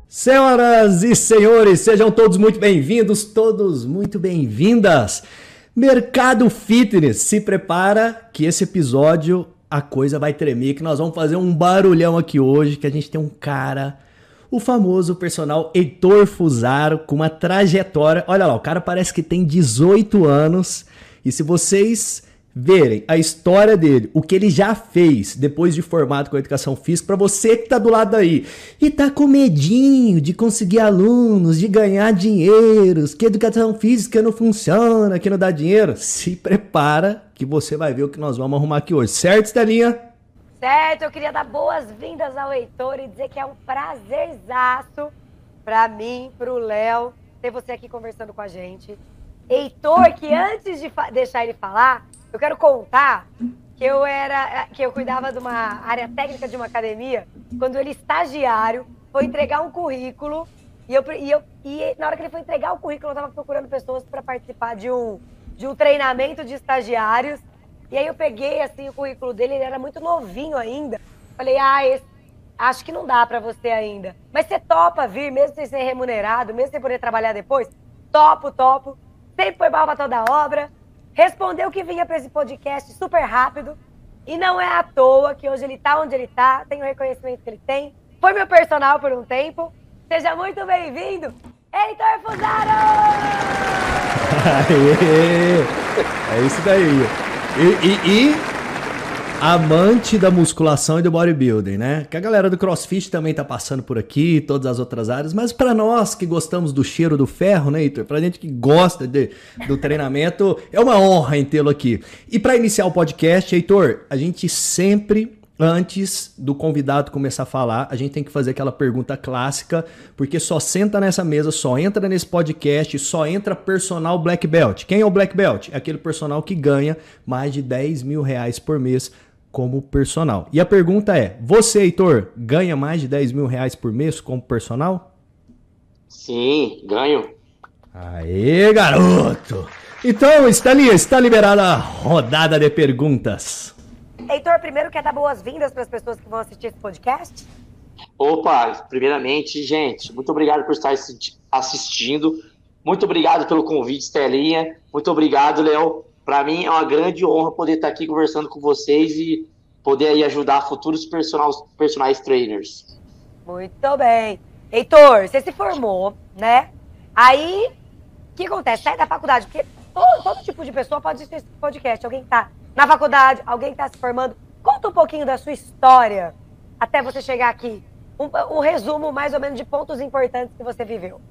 Senhoras e senhores, sejam todos muito bem-vindos, todos muito bem-vindas. Mercado Fitness, se prepara que esse episódio a coisa vai tremer, que nós vamos fazer um barulhão aqui hoje, que a gente tem um cara, o famoso personal Heitor Fusaro, com uma trajetória. Olha lá, o cara parece que tem 18 anos e se vocês verem a história dele, o que ele já fez depois de formado com a educação física, para você que tá do lado aí e tá com medinho de conseguir alunos, de ganhar dinheiros, que a educação física não funciona, que não dá dinheiro, se prepara que você vai ver o que nós vamos arrumar aqui hoje, certo, Estelinha? Certo, eu queria dar boas-vindas ao Heitor e dizer que é um prazerzaço para mim, pro Léo, ter você aqui conversando com a gente. Heitor, que antes de deixar ele falar, eu quero contar que eu cuidava de uma área técnica de uma academia, quando ele, estagiário, foi entregar um currículo, e na hora que ele foi entregar o currículo, eu estava procurando pessoas para participar de um treinamento de estagiários, e aí eu peguei, assim, o currículo dele, ele era muito novinho ainda, falei, acho que não dá para você ainda, mas você topa vir, mesmo sem ser remunerado, mesmo sem poder trabalhar depois? Topo, sempre foi barba toda obra. Respondeu que vinha para esse podcast super rápido. E não é à toa que hoje ele tá onde ele tá, tem o reconhecimento que ele tem. Foi meu personal por um tempo. Seja muito bem-vindo, Heitor Fusaro! É isso daí. E amante da musculação e do bodybuilding, né? Que a galera do CrossFit também tá passando por aqui, todas as outras áreas, mas para nós que gostamos do cheiro do ferro, né, Heitor? Pra gente que gosta do treinamento, é uma honra em tê-lo aqui. E para iniciar o podcast, Heitor, a gente sempre, antes do convidado começar a falar, a gente tem que fazer aquela pergunta clássica, porque só senta nessa mesa, só entra nesse podcast, só entra personal Black Belt. Quem é o Black Belt? É aquele personal que ganha mais de R$10 mil por mês como personal. E a pergunta é, você, Heitor, ganha mais de R$10 mil por mês como personal? Sim, ganho. Aê, garoto! Então, está liberada a rodada de perguntas. Heitor, primeiro quer dar boas-vindas para as pessoas que vão assistir esse podcast? Opa, primeiramente, gente, muito obrigado por estar assistindo. Muito obrigado pelo convite, Estelinha. Muito obrigado, Léo. Para mim é uma grande honra poder estar aqui conversando com vocês e poder aí ajudar futuros personagens trainers. Muito bem. Heitor, você se formou, né? Aí, o que acontece? Sai da faculdade, porque todo tipo de pessoa pode assistir esse podcast. Alguém que tá na faculdade, alguém que tá se formando. Conta um pouquinho da sua história até você chegar aqui. Um resumo, mais ou menos, de pontos importantes que você viveu.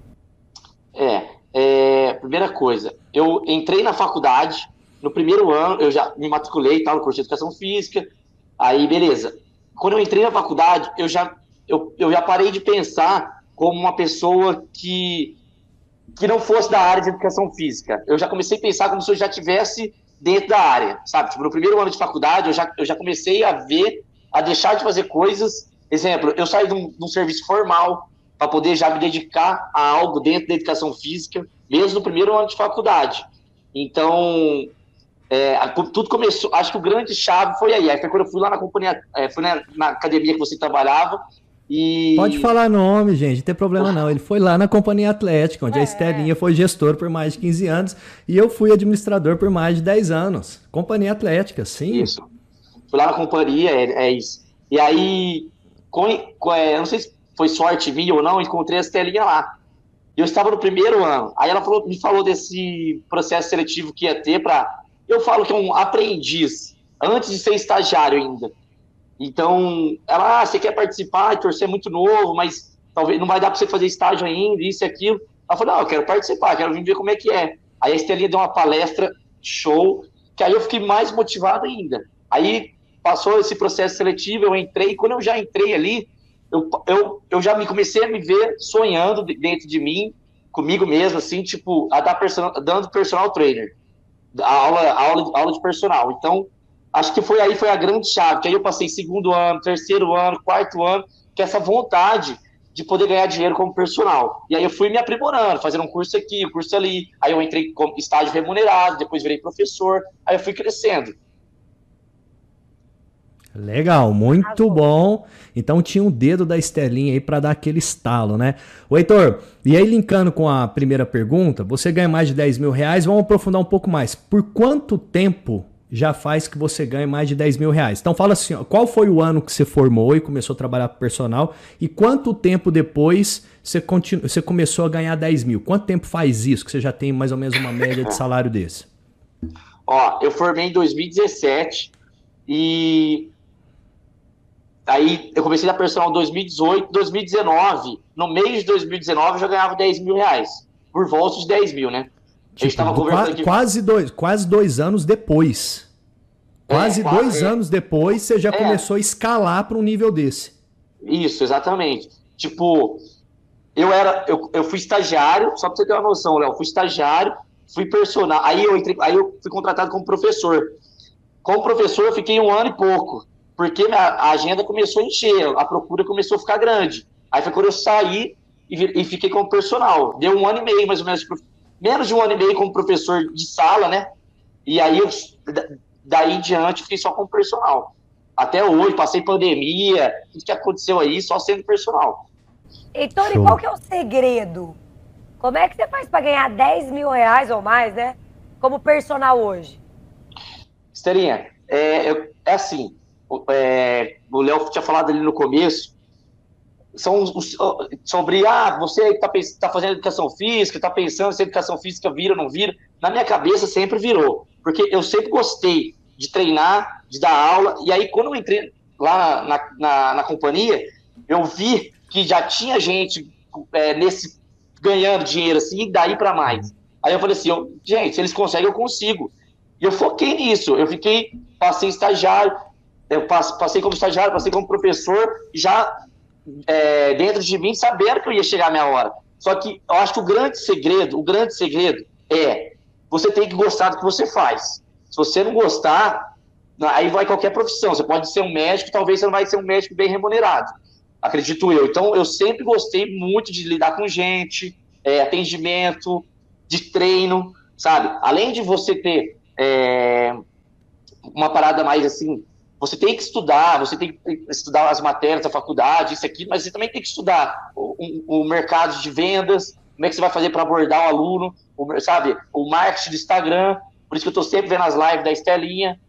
Primeira coisa, eu entrei na faculdade. No primeiro ano, eu já me matriculei no curso de Educação Física. Aí, beleza. Quando eu entrei na faculdade, eu já parei de pensar como uma pessoa que não fosse da área de Educação Física. Eu já comecei a pensar como se eu já estivesse dentro da área, sabe? Tipo, no primeiro ano de faculdade, eu já comecei a deixar de fazer coisas. Exemplo, eu saí de um serviço formal para poder já me dedicar a algo dentro da Educação Física, mesmo no primeiro ano de faculdade. Então, tudo começou, acho que o grande chave foi aí. Aí foi quando eu fui lá na companhia, fui na academia que você trabalhava e... Pode falar nome, gente, não tem problema não. Ele foi lá na Companhia Atlética, onde a Estelinha foi gestor por mais de 15 anos e eu fui administrador por mais de 10 anos. Companhia Atlética, sim. Isso. Fui lá na companhia, é isso. E aí, eu não sei se foi sorte minha ou não, encontrei a Estelinha lá. Eu estava no primeiro ano. Aí ela me falou desse processo seletivo que ia ter para... Eu falo que é um aprendiz, antes de ser estagiário ainda. Então, ela, você quer participar, Heitor, você é muito novo, mas talvez não vai dar para você fazer estágio ainda, isso e aquilo. Ela falou, não, eu quero participar, quero vir ver como é que é. Aí a Estelinha deu uma palestra show, que aí eu fiquei mais motivado ainda. Aí passou esse processo seletivo, eu entrei, e quando eu já entrei ali, eu já comecei a me ver sonhando dentro de mim, comigo mesmo, assim, tipo, dando personal trainer. Aula de personal. Então, acho que foi a grande chave, que aí eu passei segundo ano, terceiro ano, quarto ano, que é essa vontade de poder ganhar dinheiro como personal. E aí eu fui me aprimorando, fazendo um curso aqui, um curso ali, aí eu entrei como estágio remunerado, depois virei professor, aí eu fui crescendo. Legal, muito Arrasou. bom. Então tinha um dedo da Estelinha aí para dar aquele estalo, né? Ô Heitor, e aí linkando com a primeira pergunta, você ganha mais de 10 mil reais, vamos aprofundar um pouco mais. Por quanto tempo já faz que você ganha mais de 10 mil reais? Então fala assim, ó, qual foi o ano que você formou e começou a trabalhar com personal e quanto tempo depois você começou a ganhar 10 mil? Quanto tempo faz isso que você já tem mais ou menos uma média de salário desse? Ó, eu formei em 2017 e aí eu comecei a dar personal em 2018, 2019, no mês de 2019 eu já ganhava 10 mil reais, por volta de 10 mil, né? A gente Tipo, tava conversando aqui. quase 2 anos depois. Quase dois anos depois você já começou a escalar para um nível desse. Isso, exatamente. Tipo, eu fui estagiário, só pra você ter uma noção, Léo, fui estagiário, fui personal, aí eu fui contratado como professor. Como professor eu fiquei 1 ano e pouco, porque a agenda começou a encher, a procura começou a ficar grande. Aí foi quando eu saí e fiquei como personal. Deu 1 ano e meio, mais ou menos, menos de 1 ano e meio como professor de sala, né? E aí daí em diante fiquei só como personal. Até hoje, passei pandemia, tudo que aconteceu aí, só sendo personal. Heitor, e qual que é o segredo? Como é que você faz para ganhar 10 mil reais ou mais, né? Como personal hoje? Esterinha, é assim, o Léo tinha falado ali no começo, sobre, você que tá fazendo educação física, tá pensando se a educação física vira ou não vira. Na minha cabeça sempre virou, porque eu sempre gostei de treinar, de dar aula, e aí quando eu entrei lá na companhia, eu vi que já tinha gente ganhando dinheiro assim, e daí para mais. Aí eu falei assim, gente, se eles conseguem, eu consigo. E eu foquei nisso, passei estagiário, passei como estagiário, passei como professor, já dentro de mim, sabendo que eu ia chegar a minha hora. Só que eu acho que o grande segredo é você tem que gostar do que você faz. Se você não gostar, aí vai qualquer profissão. Você pode ser um médico, talvez você não vai ser um médico bem remunerado, acredito eu. Então, eu sempre gostei muito de lidar com gente, atendimento, de treino, sabe? Além de você ter uma parada mais assim, você tem que estudar as matérias da faculdade, isso aqui, mas você também tem que estudar o mercado de vendas, como é que você vai fazer para abordar o aluno, sabe? O marketing do Instagram, por isso que eu estou sempre vendo as lives da Estelinha,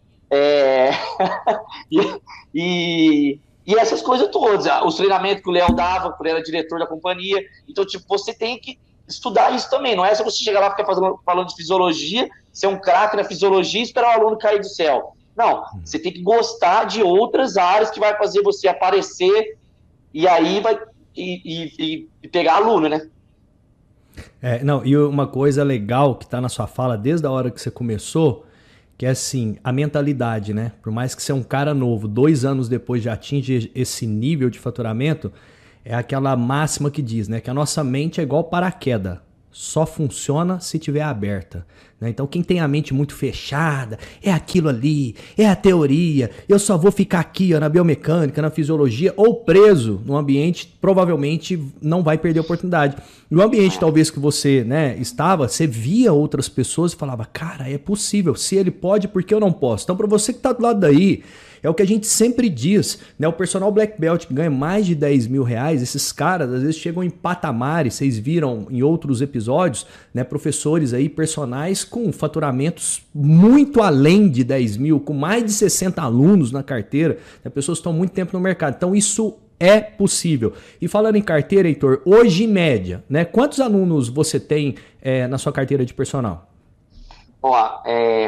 e essas coisas todas, os treinamentos que o Léo dava, porque ele era diretor da companhia. Então, tipo, você tem que estudar isso também, não é só você chegar lá e ficar falando de fisiologia, ser um craque na fisiologia e esperar o aluno cair do céu. Não, você tem que gostar de outras áreas que vai fazer você aparecer e aí vai e pegar aluno, né? Não, e uma coisa legal que tá na sua fala desde a hora que você começou, que é assim, a mentalidade, né? Por mais que você é um cara novo, 2 anos depois já atinge esse nível de faturamento, é aquela máxima que diz, né? Que a nossa mente é igual paraquedas, só funciona se tiver aberta, né? Então quem tem a mente muito fechada, é aquilo ali, é a teoria, eu só vou ficar aqui ó, na biomecânica, na fisiologia, ou preso no ambiente, provavelmente não vai perder a oportunidade. No ambiente talvez que você, né, estava, você via outras pessoas e falava, cara, é possível, se ele pode, por que eu não posso? Então para você que tá do lado daí, é o que a gente sempre diz, né? O personal Black Belt que ganha mais de 10 mil reais, esses caras às vezes chegam em patamares, vocês viram em outros episódios, né? Professores aí, personais com faturamentos muito além de 10 mil, com mais de 60 alunos na carteira, né? Pessoas que estão muito tempo no mercado. Então isso é possível. E falando em carteira, Heitor, hoje em média, né? Quantos alunos você tem na sua carteira de personal? Ó,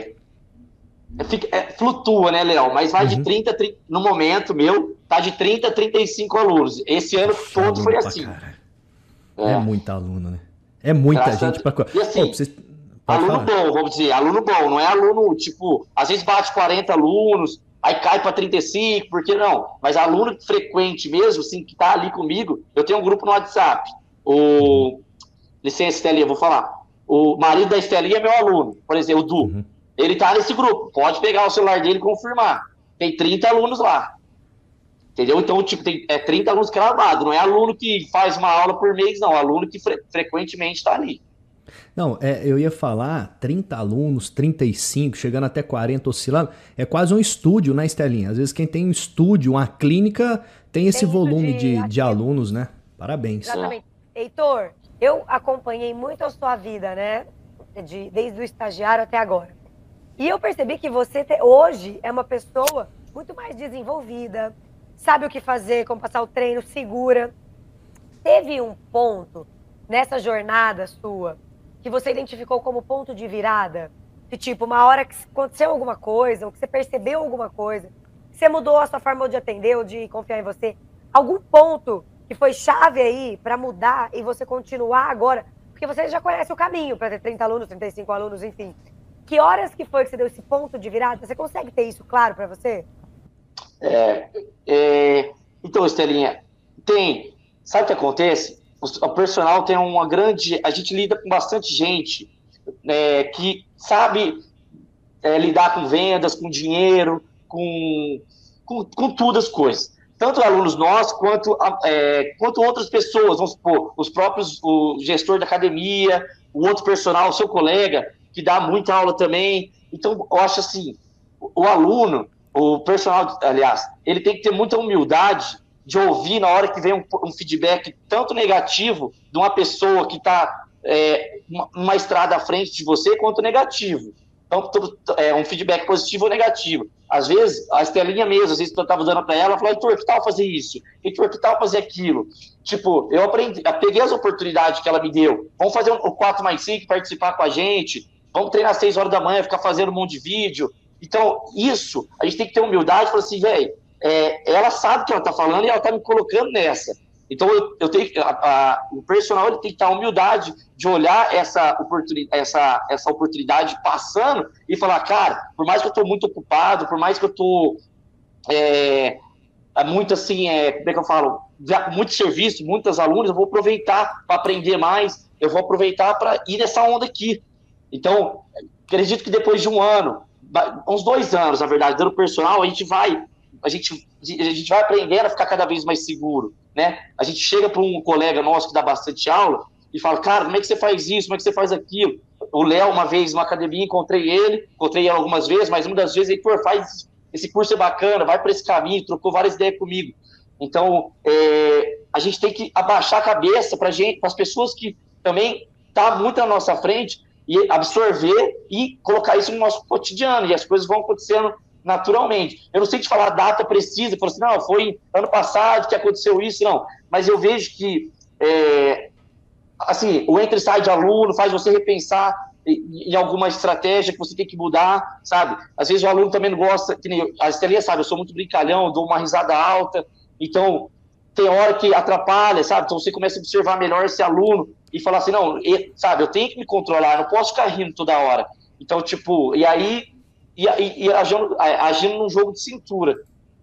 flutua, né, Léo? Mas vai de 30, no momento meu, tá de 30 a 35 alunos. Esse ano todo foi assim. É muita aluna, né? É muita gente para. E assim, aluno bom, vamos dizer, aluno bom, não é aluno, tipo, às vezes bate 40 alunos, aí cai para 35, por que não? Mas aluno frequente mesmo, assim, que tá ali comigo, eu tenho um grupo no WhatsApp. Licença, Estelinha, eu vou falar. O marido da Estelinha é meu aluno, por exemplo, o Du. Ele tá nesse grupo, pode pegar o celular dele e confirmar. Tem 30 alunos lá. Entendeu? Então, tipo, tem 30 alunos cravados. Não é aluno que faz uma aula por mês, não. É aluno que frequentemente tá ali. Não, eu ia falar 30 alunos, 35, chegando até 40, oscilando. É quase um estúdio, né, Estelinha? Às vezes quem tem um estúdio, uma clínica, tem esse volume de alunos, né? Parabéns. Exatamente. Heitor, eu acompanhei muito a sua vida, né? Desde o estagiário até agora. E eu percebi que você hoje é uma pessoa muito mais desenvolvida, sabe o que fazer, como passar o treino, segura. Teve um ponto nessa jornada sua que você identificou como ponto de virada? De tipo, uma hora que aconteceu alguma coisa, ou que você percebeu alguma coisa, que você mudou a sua forma de atender ou de confiar em você? Algum ponto que foi chave aí para mudar e você continuar agora? Porque você já conhece o caminho para ter 30 alunos, 35 alunos, enfim. Que horas que foi que você deu esse ponto de virada? Você consegue ter isso claro para você? Então, Estelinha, tem. Sabe o que acontece? O personal tem uma grande... A gente lida com bastante gente que sabe lidar com vendas, com dinheiro, com tudo as coisas. Tanto alunos nossos, quanto outras pessoas, vamos supor, o gestor da academia, o outro personal, o seu colega, que dá muita aula também. Então, eu acho assim, o aluno, o personal, aliás, ele tem que ter muita humildade de ouvir na hora que vem um feedback tanto negativo de uma pessoa que está uma estrada à frente de você, quanto negativo. Então, um feedback positivo ou negativo. Às vezes, a Estelinha mesmo, às vezes eu estava dando para ela, falou, Heitor, que tal fazer isso? Heitor, que tal fazer aquilo? Tipo, eu peguei as oportunidades que ela me deu. Vamos fazer o 4+5, participar com a gente. Vamos treinar às 6 horas da manhã, ficar fazendo um monte de vídeo. Então, isso, a gente tem que ter humildade e falar assim, velho, ela sabe o que ela está falando e ela está me colocando nessa. Então, eu tenho o personal ele tem que ter a humildade de olhar essa oportunidade passando e falar, cara, por mais que eu estou muito ocupado, por mais que eu estou muito assim, como é que eu falo, muito serviço, muitas alunas, eu vou aproveitar para aprender mais, eu vou aproveitar para ir nessa onda aqui. Então, acredito que depois de um ano, uns 2 anos, na verdade, dando personal, a gente vai aprendendo a ficar cada vez mais seguro, né? A gente chega para um colega nosso que dá bastante aula e fala, cara, como é que você faz isso? Como é que você faz aquilo? O Léo, uma vez, numa academia, encontrei ele algumas vezes, mas uma das vezes ele, pô, faz esse curso é bacana, vai para esse caminho, trocou várias ideias comigo. Então, a gente tem que abaixar a cabeça para as pessoas que também estão muito na nossa frente e absorver e colocar isso no nosso cotidiano, e as coisas vão acontecendo naturalmente. Eu não sei te falar a data precisa, falar assim, não, foi ano passado que aconteceu isso, não. Mas eu vejo que, assim, o entra e sai de aluno faz você repensar em alguma estratégia que você tem que mudar, sabe? Às vezes o aluno também não gosta, que nem a Estelinha sabe, eu sou muito brincalhão, dou uma risada alta, então tem hora que atrapalha, sabe? Então você começa a observar melhor esse aluno e falar assim, não, sabe, eu tenho que me controlar, não posso ficar rindo toda hora. Então, tipo, e aí agindo num jogo de cintura.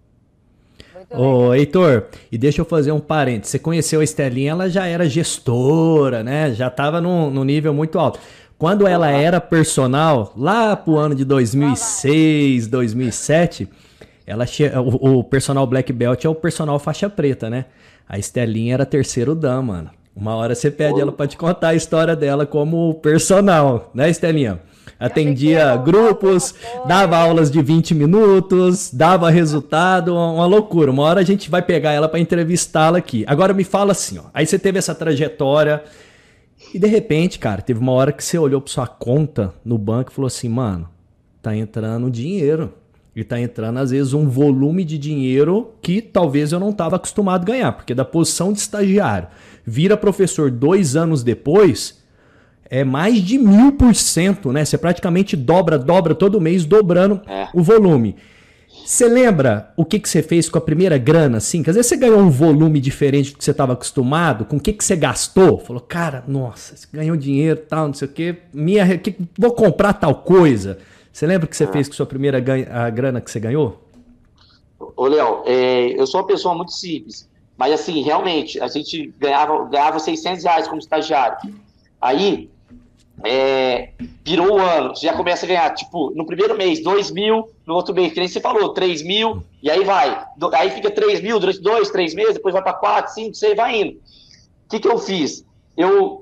Ô, Heitor, e deixa eu fazer um parênteses. Você conheceu a Estelinha, ela já era gestora, né? Já estava num nível muito alto. Quando ela era personal, lá pro ano de 2006, 2007, o personal Black Belt é o personal faixa preta, né? A Estelinha era terceiro dan, mano. Uma hora você pede ela pra te contar a história dela como personal, né, Estelinha? Atendia grupos, dava aulas de 20 minutos, dava resultado, uma loucura. Uma hora a gente vai pegar ela para entrevistá-la aqui. Agora me fala assim, ó. Aí você teve essa trajetória e de repente, cara, teve uma hora que você olhou para sua conta no banco e falou assim, mano, tá entrando dinheiro. E tá entrando, às vezes, um volume de dinheiro que talvez eu não estava acostumado a ganhar. Porque da posição de estagiário, vira professor 2 anos depois... É mais de 1000%, né? Você praticamente dobra todo mês, dobrando o volume. Você lembra o que você fez com a primeira grana, assim? Que às vezes você ganhou um volume diferente do que você estava acostumado, com o que você gastou? Falou, cara, nossa, você ganhou dinheiro, tal, não sei o quê, vou comprar tal coisa. Você lembra o que você fez com a sua primeira a grana que você ganhou? Ô, Léo, eu sou uma pessoa muito simples, mas assim, realmente, a gente ganhava R$600 como estagiário. Aí... virou o ano, você já começa a ganhar, tipo, no primeiro mês, 2.000, no outro mês, que nem você falou, 3.000, e aí vai, aí fica 3.000 durante 2, 3 meses, depois vai para 4, 5, 6, vai indo. O que eu fiz? Eu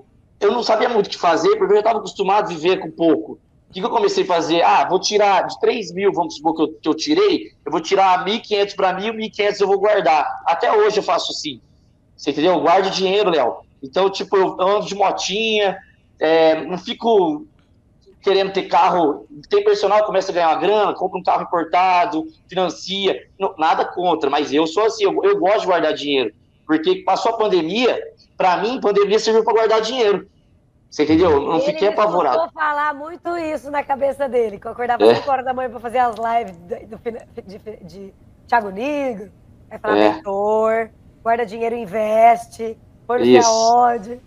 eu não sabia muito o que fazer, porque eu já estava acostumado a viver com pouco. O que eu comecei a fazer? Vou tirar de 3 mil, vamos supor que eu tirei, eu vou tirar 1.500 para mim, 1.500 eu vou guardar. Até hoje eu faço assim. Você entendeu? Eu guardo dinheiro, Léo. Então, tipo, eu ando de motinha, não fico querendo ter carro. Tem personal que começa a ganhar uma grana, compra um carro importado, financia. Não, nada contra, mas eu sou assim, eu gosto de guardar dinheiro. Porque passou a pandemia, para mim, pandemia serviu para guardar dinheiro. Você entendeu? Eu não fiquei apavorado. Eu falar muito isso na cabeça dele, que eu acordava 5 horas da manhã para fazer as lives de Thiago Nigro. Aí falava, Heitor, guarda dinheiro, investe, por não sei aonde.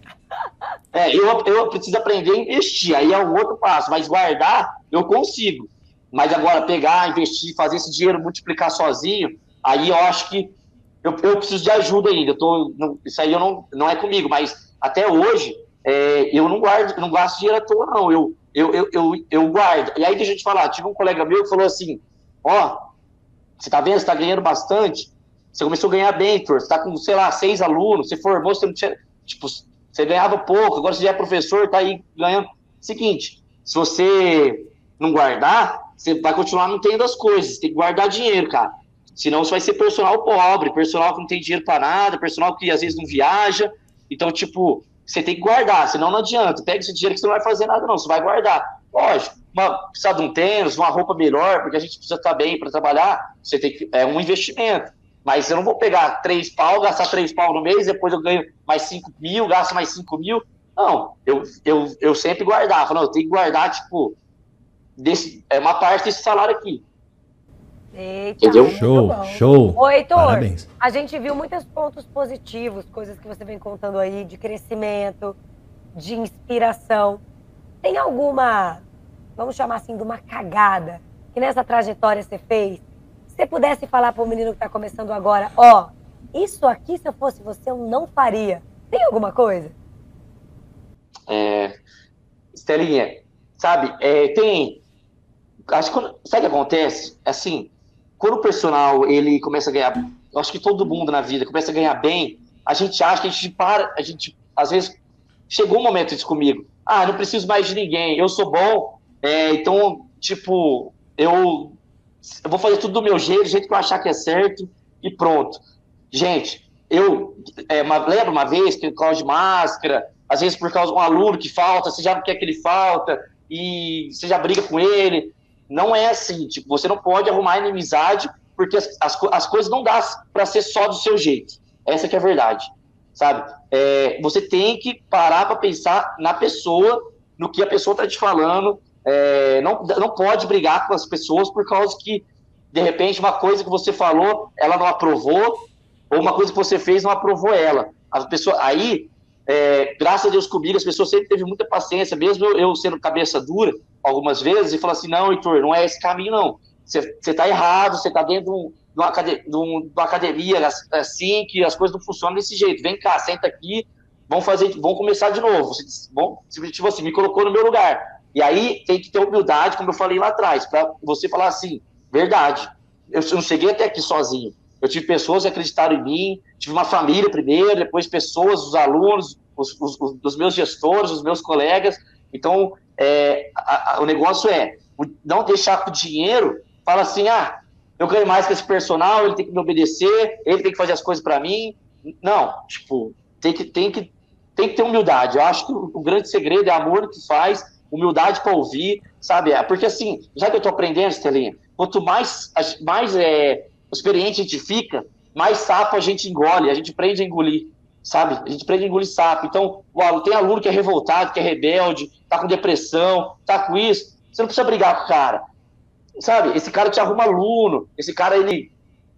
Eu preciso aprender a investir, aí é um outro passo, mas guardar eu consigo. Mas agora pegar, investir, fazer esse dinheiro multiplicar sozinho, aí eu acho que eu preciso de ajuda ainda. Isso aí não é comigo, mas até hoje eu não gasto dinheiro à toa, não. Eu guardo. E aí deixa eu te falar, tive um colega meu que falou assim, você tá vendo, você tá ganhando bastante, você começou a ganhar bem, Heitor, você tá com, sei lá, 6 alunos, você formou, você não tinha, tipo, você ganhava pouco, agora você já é professor, tá aí ganhando. Seguinte, se você não guardar, você vai continuar não tendo as coisas, você tem que guardar dinheiro, cara. Senão você vai ser personal pobre, personal que não tem dinheiro para nada, personal que às vezes não viaja. Então, tipo, você tem que guardar, senão não adianta. Pega esse dinheiro que você não vai fazer nada, não, você vai guardar. Lógico, precisa de um tênis, uma roupa melhor, porque a gente precisa estar bem para trabalhar, você tem que, é um investimento. Mas eu não vou pegar 3 pau, gastar 3 pau no mês, depois eu ganho mais 5 mil, gasto mais 5 mil. Não, eu sempre guardava. Não, eu tenho que guardar, tipo, uma parte desse salário aqui. Eita, entendeu? Show. Ô, Heitor, parabéns. A gente viu muitos pontos positivos, coisas que você vem contando aí, de crescimento, de inspiração. Tem alguma, vamos chamar assim, de uma cagada que nessa trajetória você fez? Se você pudesse falar para o menino que está começando agora, isso aqui, se eu fosse você, eu não faria. Tem alguma coisa? Estelinha, sabe, tem... Acho que sabe o que acontece? Assim, quando o personal, ele começa a ganhar... Eu acho que todo mundo na vida começa a ganhar bem, a gente acha que a gente às vezes, chegou um momento disso comigo. Não preciso mais de ninguém, eu sou bom, então, tipo, eu vou fazer tudo do meu jeito, do jeito que eu achar que é certo, e pronto. Gente, lembro uma vez que por causa de máscara, às vezes por causa de um aluno que falta, você já não quer que ele falta, e você já briga com ele. Não é assim, tipo, você não pode arrumar inimizade, porque as coisas não dá para ser só do seu jeito. Essa que é a verdade, sabe? Você tem que parar para pensar na pessoa, no que a pessoa está te falando. Não pode brigar com as pessoas por causa que, de repente, uma coisa que você falou, ela não aprovou, ou uma coisa que você fez não aprovou ela. A pessoa, aí, graças a Deus comigo, as pessoas sempre teve muita paciência, mesmo eu sendo cabeça dura algumas vezes, e falar assim, não, Heitor, não é esse caminho, não. Você tá errado, você tá dentro de uma academia assim, que as coisas não funcionam desse jeito. Vem cá, senta aqui, vamos começar de novo. Tipo assim, me colocou no meu lugar. E aí tem que ter humildade, como eu falei lá atrás, para você falar assim, verdade, eu não cheguei até aqui sozinho. Eu tive pessoas que acreditaram em mim, tive uma família primeiro, depois pessoas, os alunos, os meus gestores, os meus colegas. Então, o negócio não deixar com o dinheiro, fala assim, eu ganho mais que esse personal, ele tem que me obedecer, ele tem que fazer as coisas para mim. Não, tipo, tem que ter humildade. Eu acho que o grande segredo é amor no que faz, humildade para ouvir, sabe? Porque assim, já que eu tô aprendendo, Estelinha, quanto mais experiente a gente fica, mais sapo a gente engole, a gente aprende a engolir, sabe? A gente aprende a engolir sapo. Então, tem aluno que é revoltado, que é rebelde, tá com depressão, tá com isso, você não precisa brigar com o cara, sabe? Esse cara te arruma aluno, esse cara, ele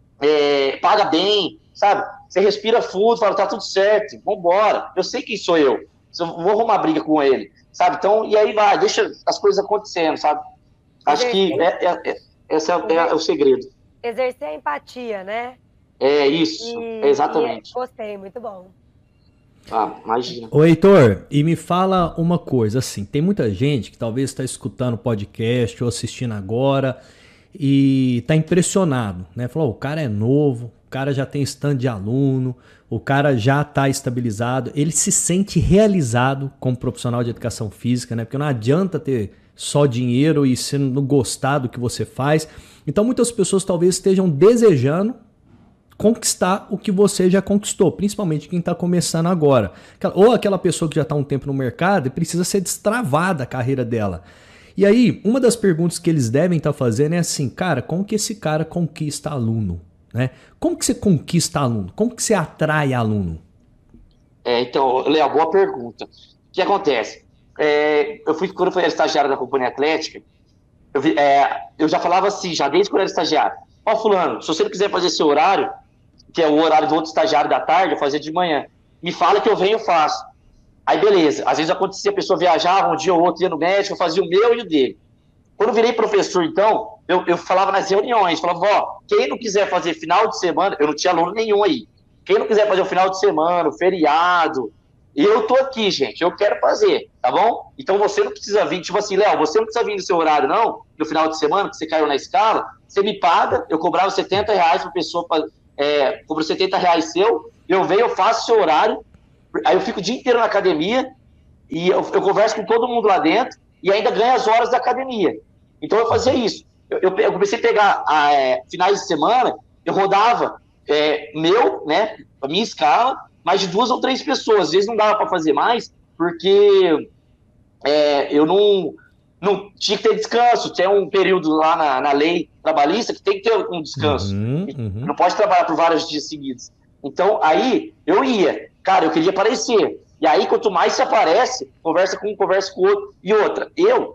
paga bem, sabe? Você respira fundo, fala, tá tudo certo, vambora, eu sei quem sou eu vou arrumar briga com ele, sabe? Então, e aí vai, deixa as coisas acontecendo, sabe? Acho que esse é o segredo. Exercer a empatia, né? Isso, exatamente. Gostei, muito bom. Imagina. Ô Heitor, e me fala uma coisa, assim, tem muita gente que talvez está escutando o podcast ou assistindo agora e tá impressionado, né? Falou, o cara é novo, cara já tem stand de aluno, o cara já está estabilizado, ele se sente realizado como profissional de educação física, né? Porque não adianta ter só dinheiro e você não gostar do que você faz. Então muitas pessoas talvez estejam desejando conquistar o que você já conquistou, principalmente quem está começando agora. Ou aquela pessoa que já está um tempo no mercado e precisa ser destravada a carreira dela. E aí, uma das perguntas que eles devem estar fazendo é assim, cara, como que esse cara conquista aluno? Né? Como que você conquista aluno? Como que você atrai aluno? Então, Léo, boa pergunta. O que acontece? Quando eu fui estagiário da Companhia Atlética, eu já falava assim, já desde quando eu era estagiário. Ó, fulano, se você não quiser fazer seu horário, que é o horário do outro estagiário da tarde, eu fazia de manhã, me fala que eu venho e faço. Aí, beleza. Às vezes acontecia, a pessoa viajava, um dia ou outro ia no médico, eu fazia o meu e o dele. Quando eu virei professor, então, eu falava nas reuniões, falava, ó, quem não quiser fazer final de semana, eu não tinha aluno nenhum aí, quem não quiser fazer o final de semana, o feriado, eu tô aqui, gente, eu quero fazer, tá bom? Então você não precisa vir, tipo assim, Léo, você não precisa vir no seu horário, não, no final de semana, que você caiu na escala, você me paga, eu cobrava R$70 por pessoa, cobro R$70 seu, eu venho, eu faço seu horário, aí eu fico o dia inteiro na academia, e eu converso com todo mundo lá dentro, e ainda ganho as horas da academia. Então eu fazia isso. Eu comecei a pegar finais de semana, eu rodava a minha escala, mais de 2 ou 3 pessoas. Às vezes não dava para fazer mais, porque eu não tinha que ter descanso. Tem um período lá na lei trabalhista que tem que ter um descanso. Não pode trabalhar por vários dias seguidos. Então, aí eu ia. Cara, eu queria aparecer. E aí, quanto mais se aparece, conversa com um, conversa com o outro. E outra, eu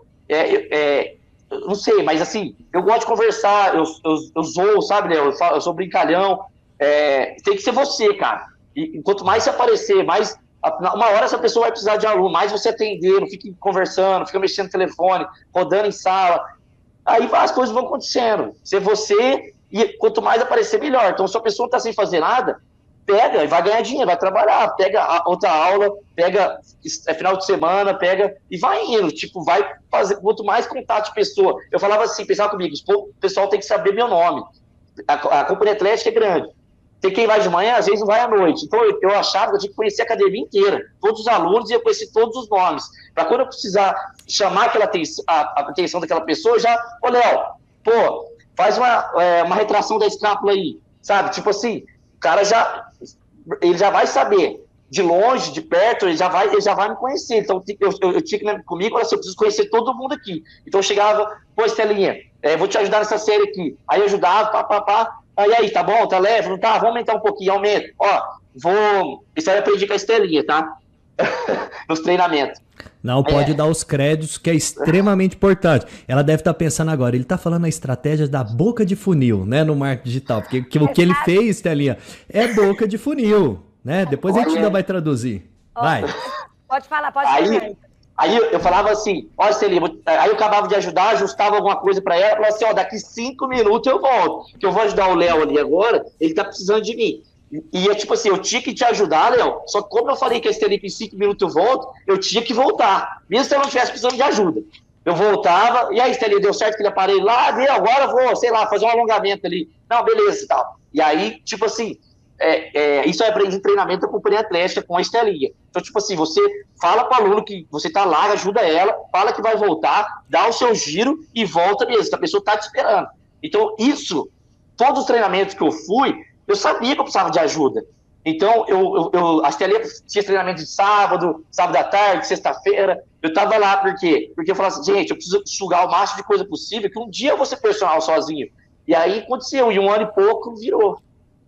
não sei, mas assim, eu gosto de conversar, eu zoo, sabe, Léo? Eu sou brincalhão. Tem que ser você, cara. E quanto mais se aparecer, mais. Uma hora essa pessoa vai precisar de aluno, mais você atender, não fica conversando, fica mexendo no telefone, rodando em sala. Aí as coisas vão acontecendo. Ser você, e quanto mais aparecer, melhor. Então, se a pessoa está sem fazer nada, pega e vai ganhar dinheiro, vai trabalhar, pega outra aula, pega final de semana, pega e vai indo, tipo, vai fazer, quanto mais contato de pessoa. Eu falava assim, pensava comigo, o pessoal tem que saber meu nome. A Companhia Atlética é grande. Tem quem vai de manhã, às vezes não vai à noite. Então eu achava que eu tinha que conhecer a academia inteira, todos os alunos, e eu conhecer todos os nomes. Para quando eu precisar chamar a atenção daquela pessoa, já, ô Léo, pô, faz uma retração da escápula aí, sabe? Tipo assim, o cara ele já vai saber, de longe, de perto, ele já vai me conhecer. Então eu tinha que, comigo, olha, eu preciso conhecer todo mundo aqui. Então eu chegava, pô, Estelinha, vou te ajudar nessa série aqui. Aí eu ajudava, pá. Aí, tá bom? Tá leve? Não tá? Vamos aumentar um pouquinho, aumenta. Ó, isso aí eu aprendi com a Estelinha, tá? Nos treinamentos. Não pode dar os créditos, que é extremamente importante. Ela deve estar pensando agora, ele está falando a estratégia da boca de funil, né, no marketing digital, porque o que ele fez, Telinha, é boca de funil, né? Depois a gente ainda vai traduzir. Vai. Pode falar, pode falar. Aí eu falava assim, ó, Celinha, aí eu acabava de ajudar, ajustava alguma coisa pra ela, falava assim, ó, daqui 5 minutos eu volto, que eu vou ajudar o Léo ali agora, ele tá precisando de mim. E é tipo assim, eu tinha que te ajudar, Léo, só que como eu falei que a Estelinha em 5 minutos eu volto, eu tinha que voltar, mesmo se eu não estivesse precisando de ajuda. Eu voltava, e aí, Estelinha, deu certo que ele aparelho lá, deu, agora eu vou, sei lá, fazer um alongamento ali. Não, beleza e tal. E aí, tipo assim, isso eu aprendi em treinamento da Companhia Atlética com a Estelinha. Então, tipo assim, você fala para o aluno que você tá lá, ajuda ela, fala que vai voltar, dá o seu giro e volta mesmo, que a pessoa tá te esperando. Então, todos os treinamentos que eu fui, eu sabia que eu precisava de ajuda. Então, a Estelinha tinha treinamento de sábado à tarde, sexta-feira, eu tava lá, por quê? Porque eu falava assim, gente, eu preciso sugar o máximo de coisa possível, que um dia eu vou ser personal sozinho. E aí aconteceu, e 1 ano e pouco virou.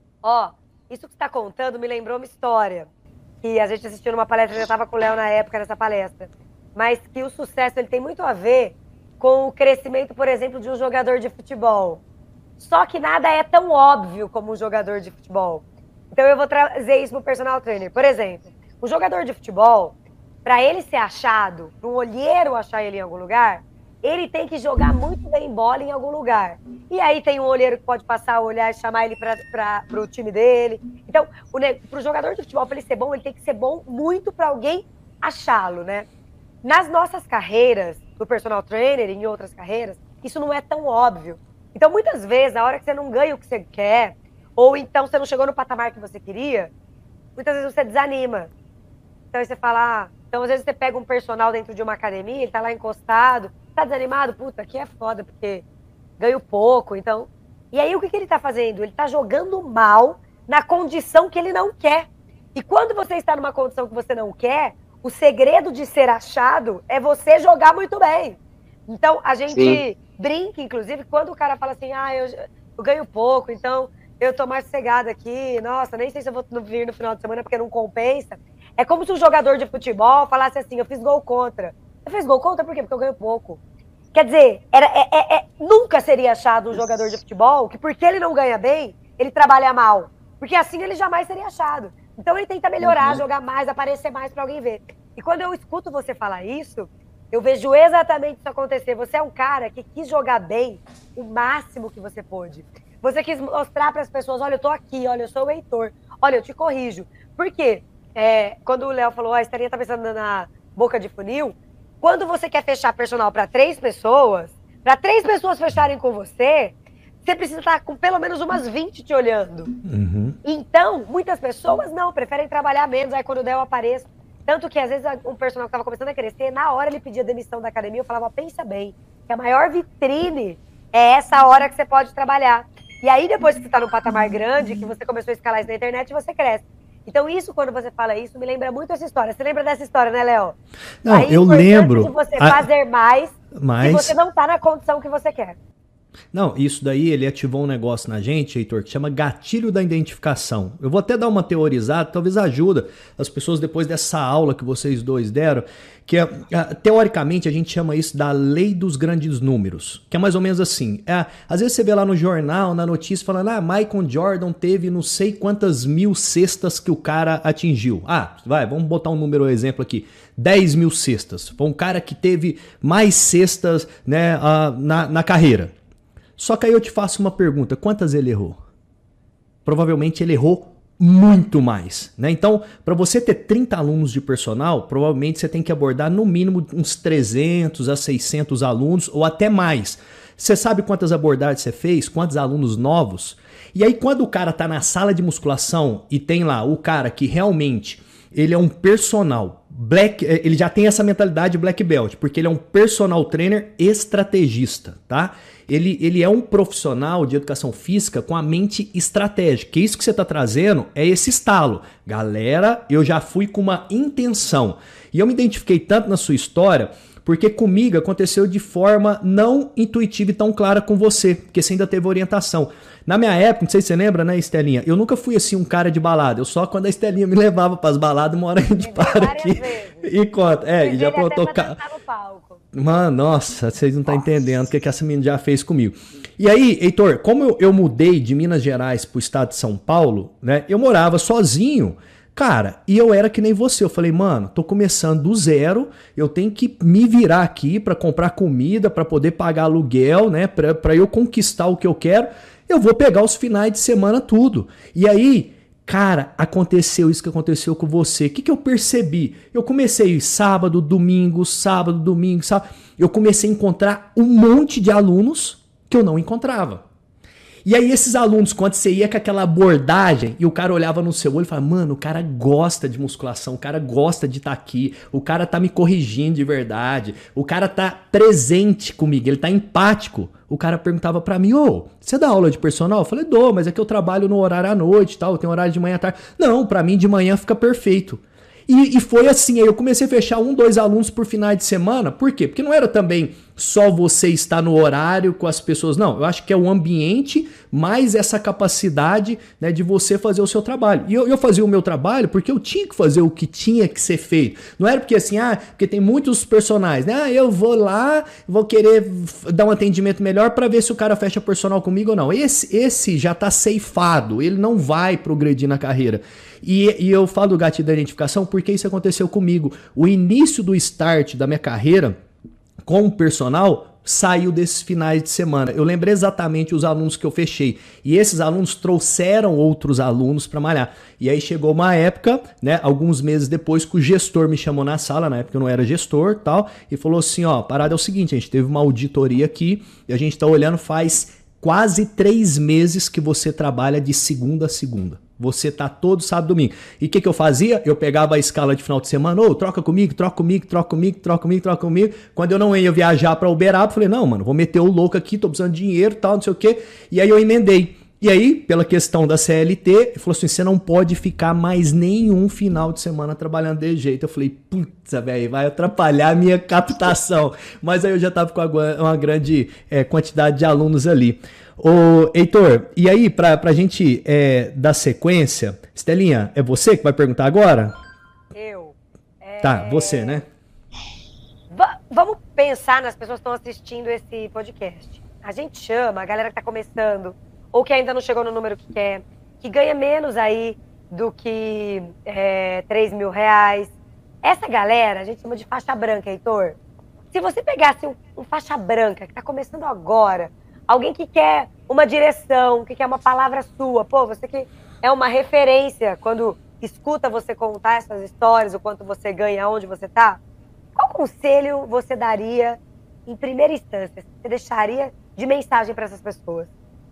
Isso que você está contando me lembrou uma história que a gente assistiu numa palestra, eu já estava com o Léo na época nessa palestra, mas que o sucesso ele tem muito a ver com o crescimento, por exemplo, de um jogador de futebol. Só que nada é tão óbvio como um jogador de futebol. Então eu vou trazer isso para o personal trainer. Por exemplo, um jogador de futebol, para ele ser achado, para um olheiro achar ele em algum lugar, ele tem que jogar muito bem bola em algum lugar. E aí tem um olheiro que pode passar a olhar e chamar ele para o time dele. Então, para o jogador de futebol, para ele ser bom, ele tem que ser bom muito para alguém achá-lo, né? Nas nossas carreiras, do personal trainer e em outras carreiras, isso não é tão óbvio. Então, muitas vezes, a hora que você não ganha o que você quer, ou então você não chegou no patamar que você queria, muitas vezes você desanima. Então aí você fala, então às vezes você pega um personal dentro de uma academia, ele tá lá encostado, tá desanimado? Puta, aqui é foda, porque ganho pouco, então... E aí o que ele tá fazendo? Ele tá jogando mal na condição que ele não quer. E quando você está numa condição que você não quer, o segredo de ser achado é você jogar muito bem. Então, a gente brinca, inclusive, quando o cara fala assim, eu ganho pouco, então eu tô mais sossegada aqui, nossa, nem sei se eu vou vir no final de semana porque não compensa. É como se um jogador de futebol falasse assim, eu fiz gol contra. Você fez gol contra por quê? Porque eu ganho pouco. Quer dizer, nunca seria achado um jogador de futebol que porque ele não ganha bem, ele trabalha mal. Porque assim ele jamais seria achado. Então ele tenta melhorar, jogar mais, aparecer mais pra alguém ver. E quando eu escuto você falar isso, eu vejo exatamente isso acontecer. Você é um cara que quis jogar bem o máximo que você pôde. Você quis mostrar para as pessoas, olha, eu tô aqui, olha, eu sou o Heitor. Olha, eu te corrijo. Por quê? Quando o Léo falou, a Estelinha tá pensando na boca de funil, quando você quer fechar personal para 3 pessoas fecharem com você, você precisa estar com pelo menos umas 20 te olhando. Uhum. Então, muitas pessoas não, preferem trabalhar menos, aí quando der eu apareço. Tanto que, às vezes, um personal que estava começando a crescer, na hora ele pedia demissão da academia, eu falava, pensa bem, que a maior vitrine é essa hora que você pode trabalhar. E aí, depois que você está num patamar grande, que você começou a escalar isso na internet, você cresce. Então, isso, quando você fala isso, me lembra muito essa história. Você lembra dessa história, né, Léo? Não, aí, eu lembro. De você fazer mais mas... se você não está na condição que você quer. Não, isso daí ele ativou um negócio na gente, Heitor, que chama gatilho da identificação. Eu vou até dar uma teorizada, talvez ajuda as pessoas depois dessa aula que vocês dois deram, que teoricamente a gente chama isso da lei dos grandes números, que é mais ou menos assim. Às vezes você vê lá no jornal, na notícia, falando, Michael Jordan teve não sei quantas mil cestas que o cara atingiu. Vamos botar um número, exemplo aqui, 10 mil cestas. Foi um cara que teve mais cestas, né, na carreira. Só que aí eu te faço uma pergunta, quantas ele errou? Provavelmente ele errou muito mais, né? Então, para você ter 30 alunos de personal, provavelmente você tem que abordar no mínimo uns 300 a 600 alunos ou até mais. Você sabe quantas abordagens você fez? Quantos alunos novos? E aí quando o cara tá na sala de musculação e tem lá o cara que realmente ele é um personal ele já tem essa mentalidade black belt, porque ele é um personal trainer estrategista, tá? Ele é um profissional de educação física com a mente estratégica. Isso que você está trazendo é esse estalo. Galera, eu já fui com uma intenção. E eu me identifiquei tanto na sua história, porque comigo aconteceu de forma não intuitiva e tão clara com você, porque você ainda teve orientação. Na minha época, não sei se você lembra, né, Estelinha? Eu nunca fui assim um cara de balada. Eu só quando a Estelinha me levava para as baladas, uma hora a gente para aqui e conta. E já aprontou no palco. Mano, nossa, vocês não estão entendendo o que essa menina já fez comigo. E aí, Heitor, como eu mudei de Minas Gerais pro estado de São Paulo, né? Eu morava sozinho, cara, e eu era que nem você. Eu falei, mano, tô começando do zero, eu tenho que me virar aqui pra comprar comida, pra poder pagar aluguel, né? Pra eu conquistar o que eu quero. Eu vou pegar os finais de semana tudo. E aí, cara, aconteceu isso que aconteceu com você. O que eu percebi? Eu comecei sábado, domingo. Eu comecei a encontrar um monte de alunos que eu não encontrava. E aí esses alunos, quando você ia com aquela abordagem e o cara olhava no seu olho e falava, mano, o cara gosta de musculação, o cara gosta de estar aqui, o cara tá me corrigindo de verdade, o cara tá presente comigo, ele tá empático. O cara perguntava pra mim, você dá aula de personal? Eu falei, dou, mas é que eu trabalho no horário à noite e tal, eu tenho horário de manhã à tarde. Não, pra mim de manhã fica perfeito. E foi assim, aí eu comecei a fechar 1, 2 alunos por finais de semana. Por quê? Porque não era também só você estar no horário com as pessoas. Não, eu acho que é o ambiente mais essa capacidade, né, de você fazer o seu trabalho. E eu fazia o meu trabalho porque eu tinha que fazer o que tinha que ser feito. Não era porque assim, porque tem muitos personagens, né? Eu vou lá, vou querer dar um atendimento melhor para ver se o cara fecha personal comigo ou não. Esse já tá ceifado, ele não vai progredir na carreira. E eu falo do gatilho da identificação porque isso aconteceu comigo. O início do start da minha carreira com o personal saiu desses finais de semana. Eu lembrei exatamente os alunos que eu fechei. E esses alunos trouxeram outros alunos para malhar. E aí chegou uma época, né, alguns meses depois, que o gestor me chamou na sala, na época eu não era gestor tal, e falou assim, a parada é o seguinte, a gente teve uma auditoria aqui e a gente tá olhando faz quase 3 meses que você trabalha de segunda a segunda. Você tá todo sábado e domingo. E o que eu fazia? Eu pegava a escala de final de semana, troca comigo, troca comigo, troca comigo, troca comigo, troca comigo. Quando eu não ia viajar pra Uberaba, eu falei, não, mano, vou meter o louco aqui, tô precisando de dinheiro, tal, não sei o quê. E aí eu emendei. E aí, pela questão da CLT, ele falou assim, você não pode ficar mais nenhum final de semana trabalhando desse jeito. Eu falei, putz, velho, vai atrapalhar a minha captação. Mas aí eu já tava com uma grande quantidade de alunos ali. Ô, Heitor, e aí, pra gente dar sequência, Estelinha, é você que vai perguntar agora? Eu. Tá, você, né? Vamos pensar nas pessoas que estão assistindo esse podcast. A gente chama a galera que tá começando, ou que ainda não chegou no número que quer, que ganha menos aí do que 3 mil reais. Essa galera a gente chama de faixa branca, Heitor. Se você pegasse um faixa branca que tá começando agora, alguém que quer uma direção, que quer uma palavra sua, pô, você que é uma referência quando escuta você contar essas histórias, o quanto você ganha, onde você tá, qual conselho você daria em primeira instância? Você deixaria de mensagem para essas pessoas?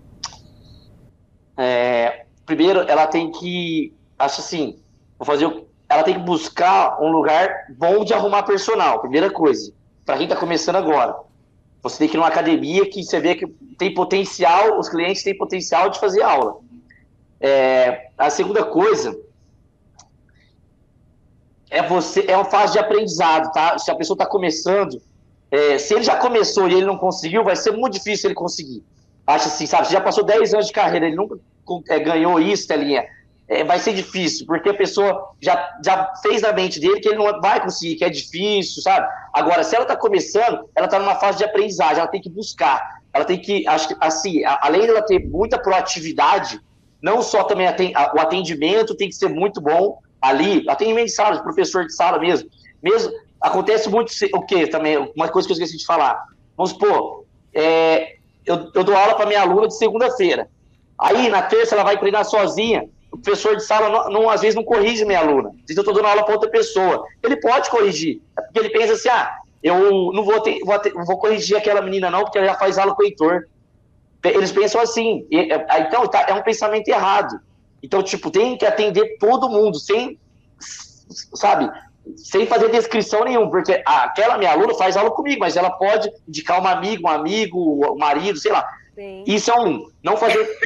Primeiro, ela tem que, acho assim, ela tem que buscar um lugar bom de arrumar personal, primeira coisa, para quem tá começando agora. Você tem que ir numa academia que você vê que tem potencial, os clientes têm potencial de fazer aula. A segunda coisa é uma fase de aprendizado, tá? Se a pessoa está começando, se ele já começou e ele não conseguiu, vai ser muito difícil ele conseguir. Acho assim, sabe? Você já passou 10 anos de carreira, ele nunca ganhou isso, Telinha. Vai ser difícil, porque a pessoa já fez na mente dele que ele não vai conseguir, que é difícil, sabe? Agora, se ela está começando, ela está numa fase de aprendizagem, ela tem que buscar, ela tem que, acho que, assim, além dela ter muita proatividade, não só também o atendimento tem que ser muito bom ali, atendimento de sala, de professor de sala mesmo, acontece muito, o que também, uma coisa que eu esqueci de falar, vamos supor, eu dou aula para minha aluna de segunda-feira, aí na terça ela vai treinar sozinha, o professor de sala às vezes não corrige minha aluna. Às vezes eu estou dando aula para outra pessoa. Ele pode corrigir. É porque ele pensa assim, eu não vou corrigir aquela menina não, porque ela já faz aula com o Heitor. Eles pensam assim. Então, é um pensamento errado. Então, tipo, tem que atender todo mundo, sem fazer descrição nenhuma, porque aquela minha aluna faz aula comigo, mas ela pode indicar um amigo, um marido, sei lá. Sim. Isso é não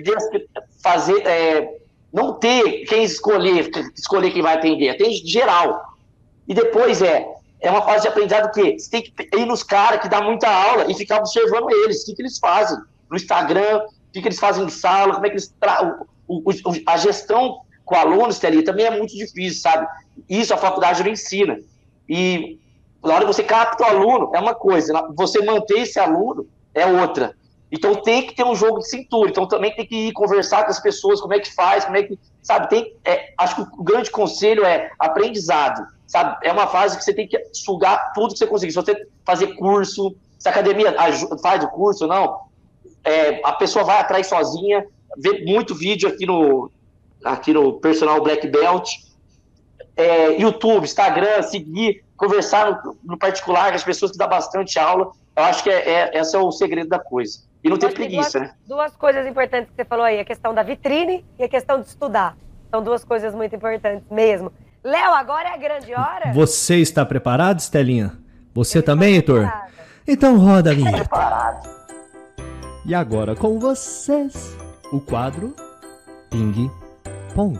não ter quem escolher quem vai atender, atende geral. E depois é uma fase de aprendizado que você tem que ir nos caras que dá muita aula e ficar observando eles, o que eles fazem no Instagram, o que eles fazem em sala, como é que eles a gestão com alunos também é muito difícil, sabe? Isso a faculdade não ensina. E na hora que você capta o aluno, é uma coisa, você manter esse aluno é outra. Então tem que ter um jogo de cintura, então também tem que ir conversar com as pessoas, como é que faz, sabe, acho que o grande conselho é aprendizado, sabe, é uma fase que você tem que sugar tudo que você conseguir, se você fazer curso, se a academia faz o curso ou não, a pessoa vai atrás sozinha, vê muito vídeo aqui no Personal Black Belt, YouTube, Instagram, seguir, conversar no particular com as pessoas que dão bastante aula, eu acho que esse é o segredo da coisa. E não ter preguiça, né? Duas coisas importantes que você falou aí, a questão da vitrine e a questão de estudar. São duas coisas muito importantes mesmo. Léo, agora é a grande hora? Você está preparado, Estelinha? Você também, Heitor? Então roda a vinheta. E agora com vocês, o quadro Ping Pong.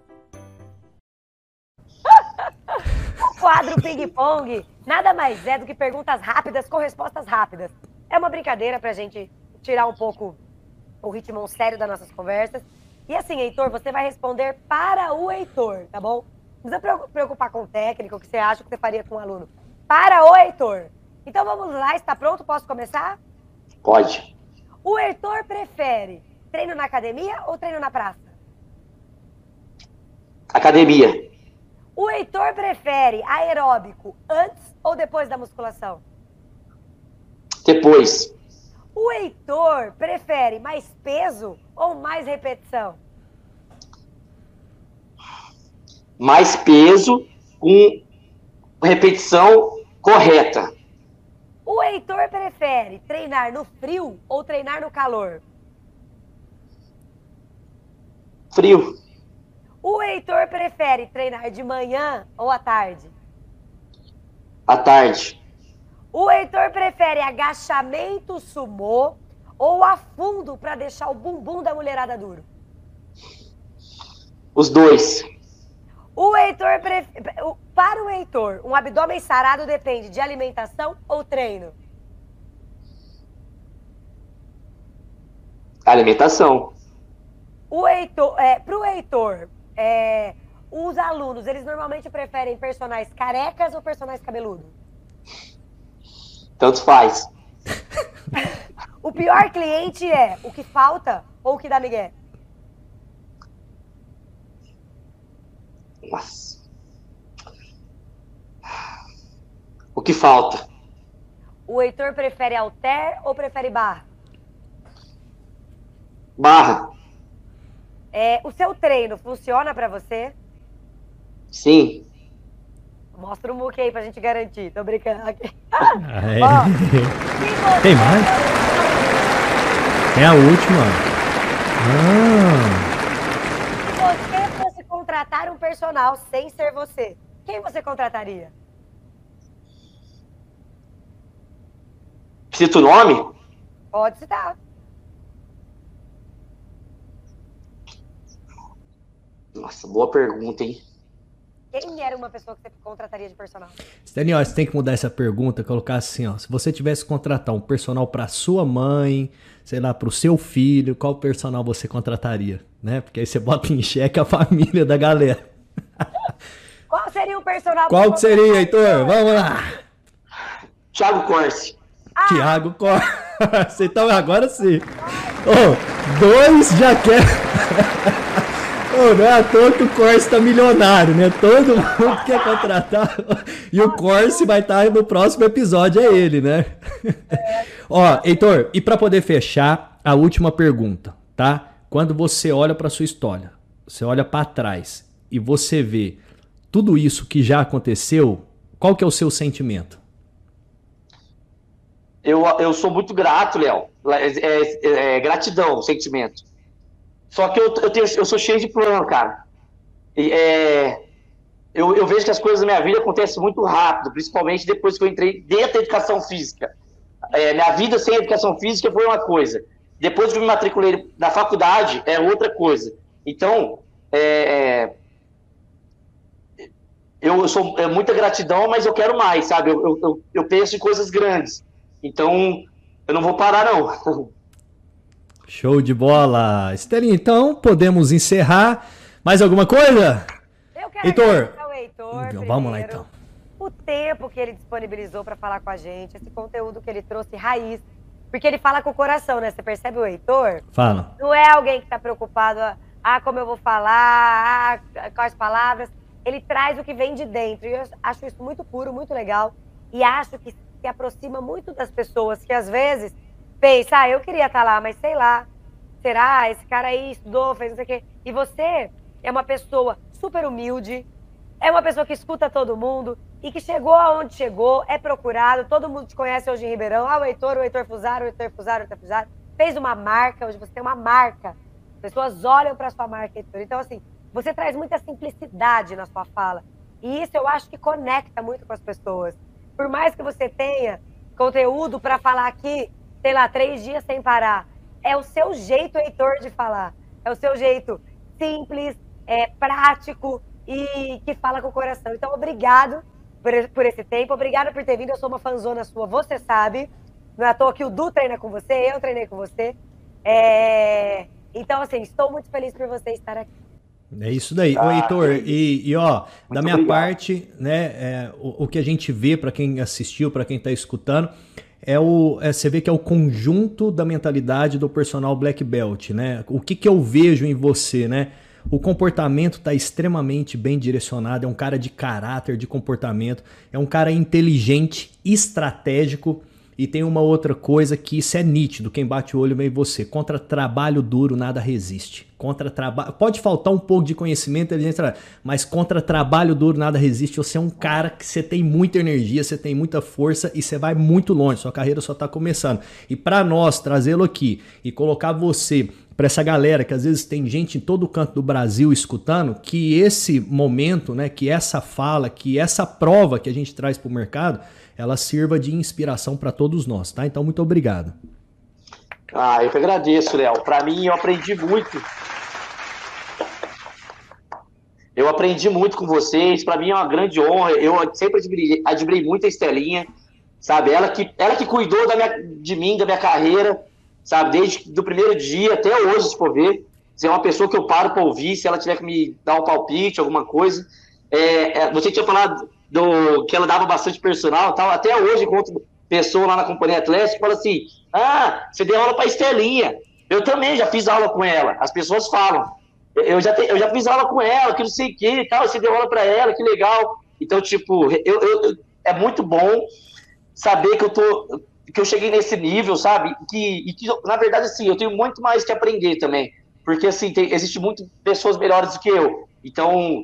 O quadro Ping Pong nada mais é do que perguntas rápidas com respostas rápidas. É uma brincadeira pra gente tirar um pouco o ritmo sério das nossas conversas. E assim, Heitor, você vai responder para o Heitor, tá bom? Não precisa preocupar com técnica, o que você acha que você faria com o aluno. Para o Heitor. Então vamos lá, está pronto? Posso começar? Pode. O Heitor prefere treino na academia ou treino na praça? Academia. O Heitor prefere aeróbico antes ou depois da musculação? Depois. O Heitor prefere mais peso ou mais repetição? Mais peso com repetição correta. O Heitor prefere treinar no frio ou treinar no calor? Frio. O Heitor prefere treinar de manhã ou à tarde? À tarde. O Heitor prefere agachamento sumô ou afundo para deixar o bumbum da mulherada duro? Os dois. Para o Heitor, um abdômen sarado depende de alimentação ou treino? Alimentação. Para o Heitor, os alunos, eles normalmente preferem personagens carecas ou personagens cabeludos? Tanto faz. O pior cliente é o que falta ou o que dá migué? Nossa. O que falta? O Heitor prefere halter ou prefere barra? Barra. O seu treino funciona pra você? Sim. Mostra o muque aí pra gente garantir. Tô brincando aqui. Tem mais? Tem a última. Se você fosse contratar um personal sem ser você, quem você contrataria? Cita o nome? Pode citar. Nossa, boa pergunta, hein? Quem era uma pessoa que você contrataria de personal? Daniel, você tem que mudar essa pergunta, colocar assim, ó. Se você tivesse que contratar um personal pra sua mãe, sei lá, pro seu filho, qual personal você contrataria, né? Porque aí você bota em xeque a família da galera. Qual seria o personal? Qual que seria, Heitor? Vamos lá. Thiago Corsi. Thiago Corsi. Então agora sim. Dois já quer... não é à toa que o Corsi tá milionário, né? Todo mundo quer contratar. E o Corsi vai estar no próximo episódio, é ele, né? Heitor, e para poder fechar, a última pergunta, tá? Quando você olha para sua história, você olha para trás e você vê tudo isso que já aconteceu, qual que é o seu sentimento? Eu sou muito grato, Léo. Gratidão o sentimento. Só que eu sou cheio de plano, cara. Eu vejo que as coisas da minha vida acontecem muito rápido, principalmente depois que eu entrei dentro da educação física. Minha vida sem educação física foi uma coisa. Depois que eu me matriculei na faculdade, é outra coisa. Então, eu sou muita gratidão, mas eu quero mais, sabe? Eu penso em coisas grandes. Então, eu não vou parar, não. Show de bola. Estelinha, então, podemos encerrar. Mais alguma coisa? Eu quero Heitor. agradecer ao Heitor Então, vamos lá, então. O tempo que ele disponibilizou para falar com a gente, esse conteúdo que ele trouxe raiz. Porque ele fala com o coração, né? Você percebe o Heitor? Fala. Não é alguém que tá preocupado, como eu vou falar, quais palavras. Ele traz o que vem de dentro. E eu acho isso muito puro, muito legal. E acho que se aproxima muito das pessoas que, às vezes, pensa, eu queria estar lá, mas sei lá. Será? Esse cara aí estudou, fez não sei o quê. E você é uma pessoa super humilde, é uma pessoa que escuta todo mundo e que chegou aonde chegou, é procurado, todo mundo te conhece hoje em Ribeirão. O Heitor Fusaro, fez uma marca, hoje você tem uma marca. As pessoas olham para sua marca, Heitor. Então, assim, você traz muita simplicidade na sua fala. E isso eu acho que conecta muito com as pessoas. Por mais que você tenha conteúdo para falar aqui, sei lá, 3 dias sem parar, é o seu jeito, Heitor, de falar. É o seu jeito simples, prático e que fala com o coração. Então, obrigado por esse tempo, obrigado por ter vindo. Eu sou uma fanzona sua, você sabe. Não é à toa que o Du treina com você, eu treinei com você. Então, assim, estou muito feliz por você estar aqui. É isso daí. Ô, Heitor, da minha obrigado. parte, né, o que a gente vê, para quem assistiu, para quem tá escutando, você vê que é o conjunto da mentalidade do personal Black Belt, né? O que eu vejo em você, né? O comportamento tá extremamente bem direcionado, é um cara de caráter, de comportamento, é um cara inteligente, estratégico. E tem uma outra coisa que isso é nítido, quem bate o olho meio você. Contra trabalho duro, nada resiste. Pode faltar um pouco de conhecimento, inteligência, mas contra trabalho duro, nada resiste. Você é um cara que você tem muita energia, você tem muita força e você vai muito longe. Sua carreira só está começando. E para nós, trazê-lo aqui e colocar você para essa galera, que às vezes tem gente em todo canto do Brasil escutando, que esse momento, né, que essa fala, que essa prova que a gente traz para o mercado, ela sirva de inspiração para todos nós, tá? Então, muito obrigado. Eu que agradeço, Léo. Para mim, eu aprendi muito. Eu aprendi muito com vocês. Para mim é uma grande honra. Eu sempre admirei muito a Estelinha, sabe? Ela que cuidou de mim, da minha carreira, sabe? Desde o primeiro dia até hoje, se for ver. Se é uma pessoa que eu paro para ouvir, se ela tiver que me dar um palpite, alguma coisa. Você tinha falado que ela dava bastante personal e tal. Até hoje, enquanto pessoa lá na Companhia Atlética, fala assim, você deu aula para Estelinha. Eu também já fiz aula com ela. As pessoas falam. Eu já fiz aula com ela, que não sei o que e tal, você deu aula para ela, que legal. Então, tipo, é muito bom saber que eu cheguei nesse nível, sabe? E que, na verdade, assim, eu tenho muito mais que aprender também. Porque, assim, existe muitas pessoas melhores do que eu. Então,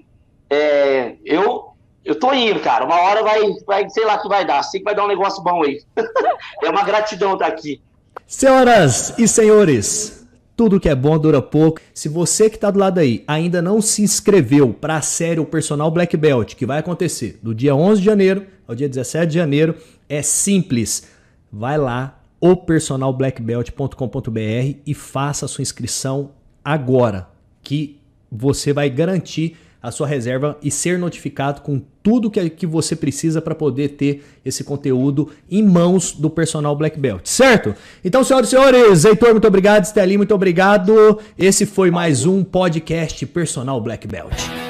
eu tô indo, cara. Uma hora vai, sei lá o que vai dar. Sei que vai dar um negócio bom aí. É uma gratidão estar aqui. Senhoras e senhores, tudo que é bom dura pouco. Se você que tá do lado aí ainda não se inscreveu para a série O Personal Black Belt, que vai acontecer do dia 11 de janeiro ao dia 17 de janeiro, é simples. Vai lá, opersonalblackbelt.com.br e faça a sua inscrição agora, que você vai garantir a sua reserva e ser notificado com tudo que você precisa para poder ter esse conteúdo em mãos do Personal Black Belt, certo? Então, senhoras e senhores, Heitor, muito obrigado, Estelinha, muito obrigado. Esse foi mais um podcast Personal Black Belt.